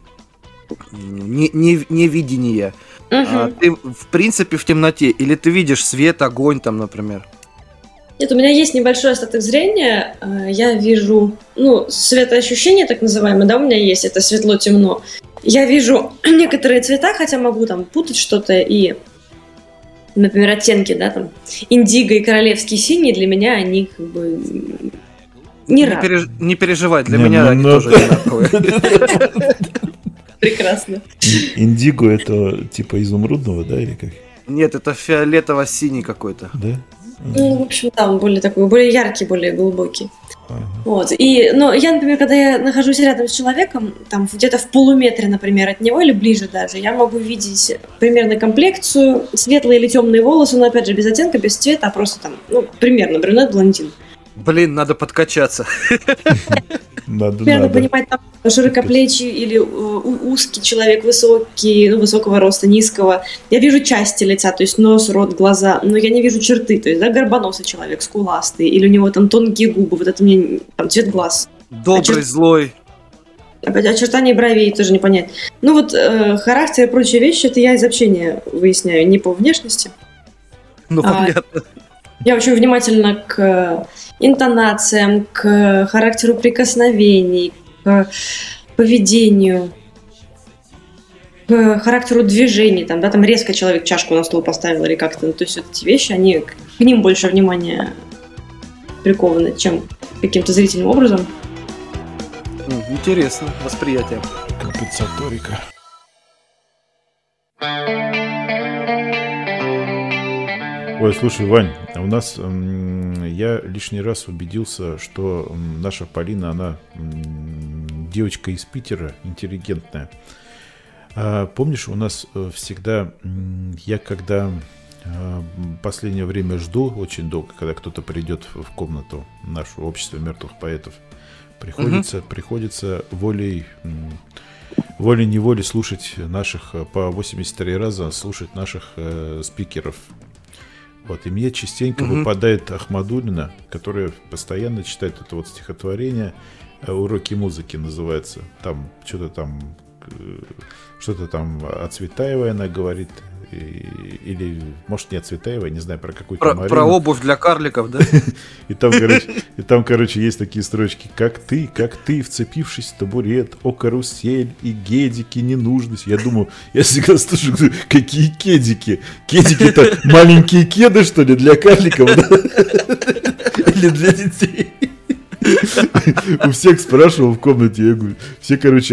невидения. Ты, в принципе, в темноте, или ты видишь свет, огонь там, например? Нет, у меня есть небольшой остаток зрения. Я вижу, светоощущение так называемое, да, у меня есть, это светло-темно. Я вижу некоторые цвета, хотя могу там путать что-то и, например, оттенки, да, там, индиго и королевский синий, для меня они как бы не равны. Не переживай, для Не, меня ну, они ну, тоже одинаковые. Прекрасно. Индиго это типа изумрудного, да, или как? Нет, это фиолетово-синий какой-то. Да? Ну, в общем, там более яркий, более глубокий. Ага. Вот. Но я, например, когда я нахожусь рядом с человеком, там где-то в полуметре, например, от него или ближе даже, я могу видеть примерно комплекцию, светлые или темные волосы, но опять же без оттенка, без цвета, а просто там, примерно брюнет, блондин. Блин, надо подкачаться. Примерно понимать, там широкоплечий или узкий человек, высокий, высокого роста, низкого. Я вижу части лица, то есть нос, рот, глаза, но я не вижу черты, то есть, да, горбоносый человек, скуластый, или у него там тонкие губы, вот это мне, там, цвет глаз. Добрый, злой. Опять очертания бровей тоже не понять. Характер и прочие вещи, это я из общения выясняю, не по внешности. Ну, понятно. Я очень внимательна к интонациям, к характеру прикосновений, к поведению, к характеру движений. Там резко человек чашку на стол поставил или как-то. То есть вот эти вещи, они к ним больше внимания прикованы, чем каким-то зрительным образом. Интересно, восприятие. Компенсаторика. Ой, слушай, Вань, у нас я лишний раз убедился, что наша Полина, она девочка из Питера, интеллигентная. Помнишь, у нас всегда, я когда последнее время жду очень долго, когда кто-то придет в комнату, наше общество мертвых поэтов, приходится волей-неволей слушать наших, по 83 раза слушать наших спикеров. Вот, и мне частенько выпадает Ахмадуллина, которая постоянно читает это вот стихотворение «Уроки музыки» называется. Там что-то там о Цветаевой она говорит, или, может, не о Цветаевой, не знаю, про какую-то Марину. Про обувь для карликов, да? И там, короче, есть такие строчки. Как ты, вцепившись в табурет, о карусель и гедики ненужность. Я думаю, я всегда слушаю, какие кедики? Кедики-то маленькие кеды, что ли, для карликов, да? Или для детей? У всех спрашивал в комнате, я говорю, все, короче,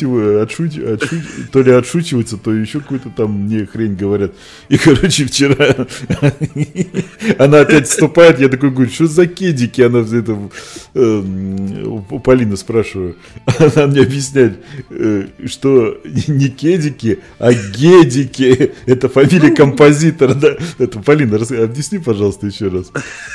то ли отшучиваются, то еще какую-то там мне хрень говорят. И, короче, вчера она опять вступает, я такой говорю, что за кедики? Она у Полины спрашиваю. Она мне объясняет, что не кедики, а гедики. Это фамилия композитора, да? Это, Полина, объясни, пожалуйста, еще раз.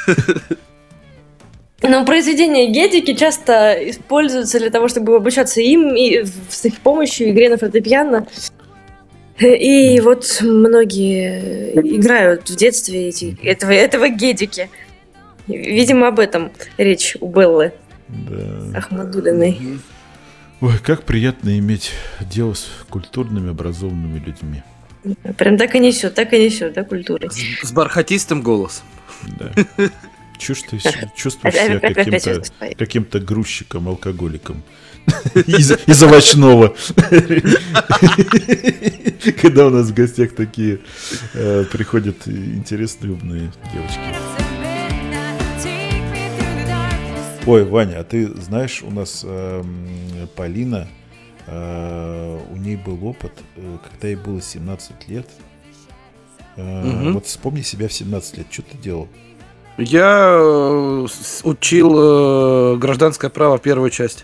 Но произведения Гедики часто используются для того, чтобы обучаться им и с их помощью игре на фортепиано. И вот многие играют в детстве этого Гедики. Видимо, об этом речь у Беллы Ахмадуллиной. Ой, как приятно иметь дело с культурными, образованными людьми. Прям так и несет, да, культурой. С бархатистым голосом. Да. Чувствуешь себя каким-то грузчиком, алкоголиком. Из овощного. Когда у нас в гостях такие приходят интересные, умные девочки. Ой, Ваня, а ты знаешь, у нас Полина, у ней был опыт, когда ей было 17 лет. Вот вспомни себя в 17 лет. Что ты делал? Я учил гражданское право первую часть.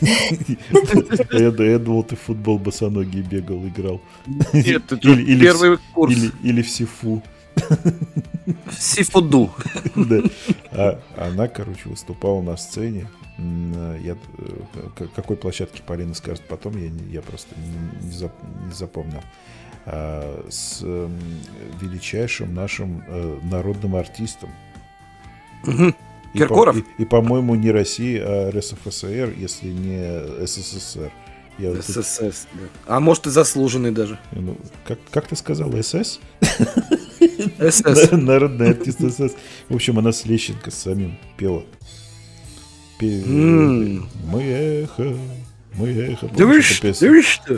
Я думал, ты в футбол босоногий бегал, играл. Нет, это первый курс. Или в сифу. Сифуду. Да. А она, короче, выступала на сцене. Какой площадке Полина скажет потом, я просто не запомнил. С величайшим нашим народным артистом. Киркоров? И, по-моему, не Россия, а РСФСР, если не СССР. СССР, да. А может и заслуженный даже. Ну, как ты сказал, СС? СС. Народный артист СС. В общем, она с Лещенко самим пела. Мы эхо. Да вы что?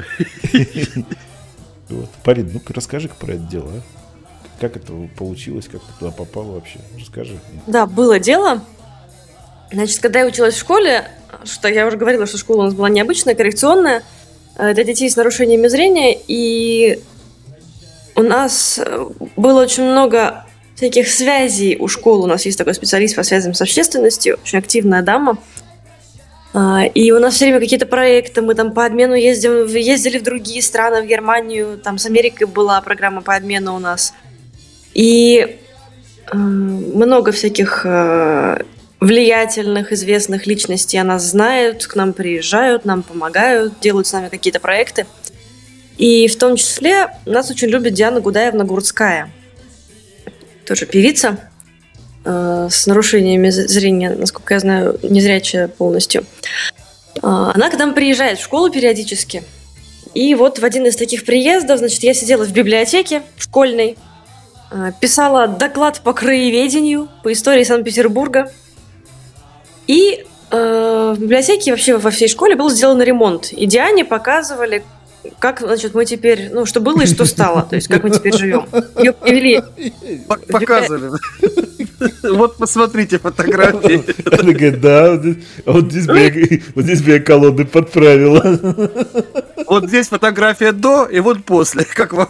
Вот. Полин, ну-ка расскажи про это дело, а? Как это получилось, как ты туда попала вообще? Расскажи. Да, было дело. Значит, когда я училась в школе, что я уже говорила, что школа у нас была необычная, коррекционная, для детей с нарушениями зрения, и у нас было очень много всяких связей у школы. У нас есть такой специалист по связям с общественностью, очень активная дама. И у нас все время какие-то проекты, мы там по обмену ездили в другие страны, в Германию, там с Америкой была программа по обмену у нас. И много всяких влиятельных, известных личностей о нас знают, к нам приезжают, нам помогают, делают с нами какие-то проекты. И в том числе нас очень любит Диана Гудаевна-Гурцкая, тоже певица с нарушениями зрения, насколько я знаю, незрячая полностью. Она к нам приезжает в школу периодически. И вот в один из таких приездов, значит, я сидела в библиотеке школьной, писала доклад по краеведению, по истории Санкт-Петербурга. И в библиотеке, вообще во всей школе был сделан ремонт. И Диане показывали, как, значит, мы теперь, ну, что было и что стало, то есть как мы теперь живем. Ее привели. Показывали. Вот посмотрите фотографии. Она говорит, да, вот здесь бы я колоды подправила. Вот здесь фотография до и вот после. Как вам?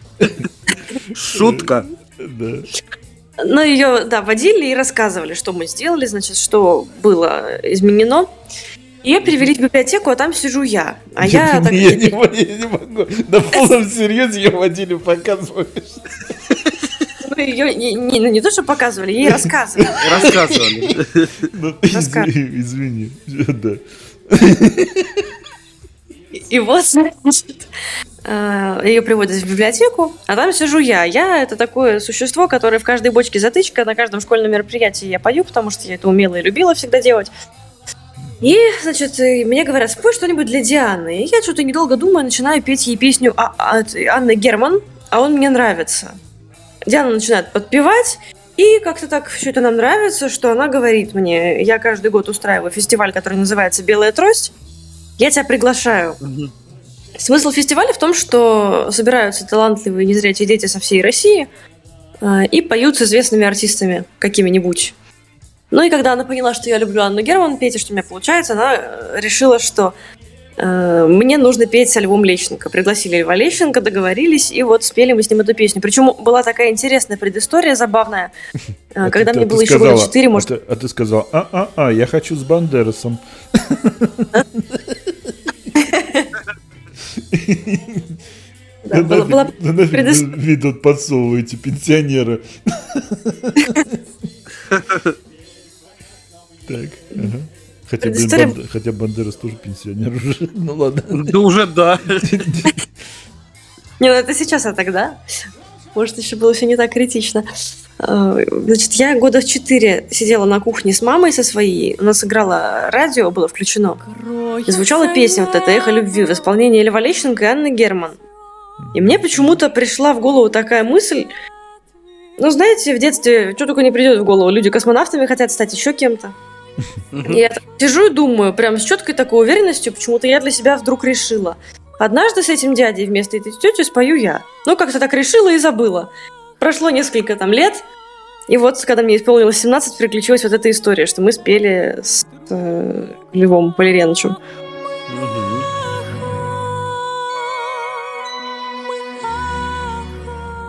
Шутка. Да. Ну, ее, да, водили и рассказывали, что мы сделали, значит, что было изменено. Ее перевели в библиотеку, а там сижу я. А я так... Я не могу. На полном серьезе ее водили, показываешь. Ну, ее не то, что показывали, ей рассказывали. Рассказывали. Извини. Да. И вот, значит, ее приводят в библиотеку, а там сижу я. Я — это такое существо, которое в каждой бочке затычка, на каждом школьном мероприятии я пою, потому что я это умела и любила всегда делать. И, значит, мне говорят, спой что-нибудь для Дианы. И я что-то недолго думаю, начинаю петь ей песню Анны Герман, а он мне нравится. Диана начинает подпевать, и как-то так все это нам нравится, что она говорит мне, я каждый год устраиваю фестиваль, который называется «Белая трость», я тебя приглашаю. Смысл фестиваля в том, что собираются талантливые незрячие дети со всей России и поют с известными артистами какими-нибудь. Ну и когда она поняла, что я люблю Анну Герман петь, и что у меня получается, она решила, что мне нужно петь со Львом Лещенко. Пригласили Льва Лещенко, договорились, и вот спели мы с ним эту песню. Причем была такая интересная предыстория, забавная. Когда мне было еще года 4, может... А ты сказал, я хочу с Бандерасом. Вы тут подсовываете пенсионера. Так, хотя Бандерас тоже пенсионер уже. Ну ладно. Да уже да. Не, ну это сейчас, а тогда. Может, еще было все не так критично. Значит, я года в 4 сидела на кухне с мамой со своей. У нас играло радио, было включено. И звучала песня вот эта «Эхо любви» в исполнении Льва Лещенко и Анны Герман. И мне почему-то пришла в голову такая мысль. Ну, знаете, в детстве что только не придет в голову. Люди космонавтами хотят стать, еще кем-то. И я так сижу и думаю, прям с четкой такой уверенностью, почему-то я для себя вдруг решила. Однажды с этим дядей вместо этой тети спою я. Ну, как-то так решила и забыла. Прошло несколько там лет, и вот, когда мне исполнилось 17, приключилась вот эта история, что мы спели с Львом Валерьяновичем.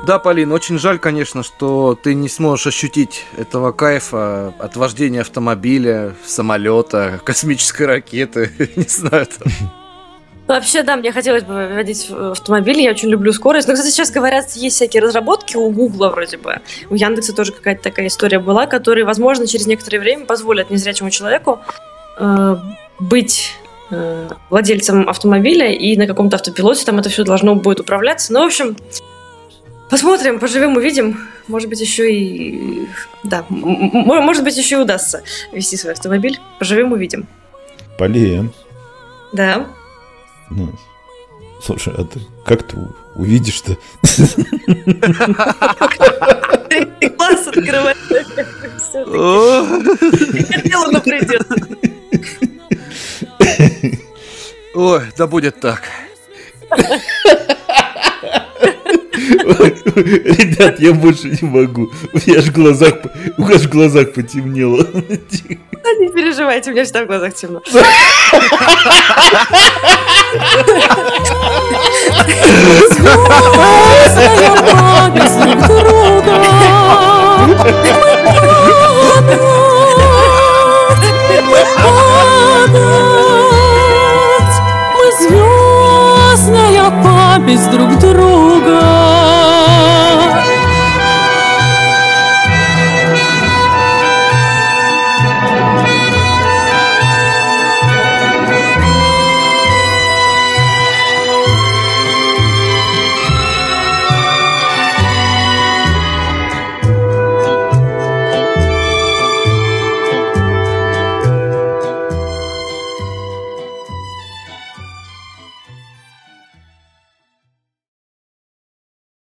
Да, Полин, очень жаль, конечно, что ты не сможешь ощутить этого кайфа от вождения автомобиля, самолета, космической ракеты, не знаю. Там. Вообще, да, мне хотелось бы водить автомобиль, я очень люблю скорость. Но, кстати, сейчас говорят, есть всякие разработки у Гугла вроде бы. У Яндекса тоже какая-то такая история была, которые, возможно, через некоторое время позволят незрячему человеку быть владельцем автомобиля, и на каком-то автопилоте там это все должно будет управляться. Ну, в общем, посмотрим, поживем, увидим. Может быть, еще и... Да, может быть, еще и удастся вести свой автомобиль. Поживем, увидим. Полин. Да. Ну, слушай, а ты как ты увидишь-то? Класс открывает. Хотела, но придется. Ой, да будет так. Ребят, я больше не могу. У меня аж в глазах потемнело. Не переживайте, у меня всегда в глазах темно. Мы звездная память друг друга.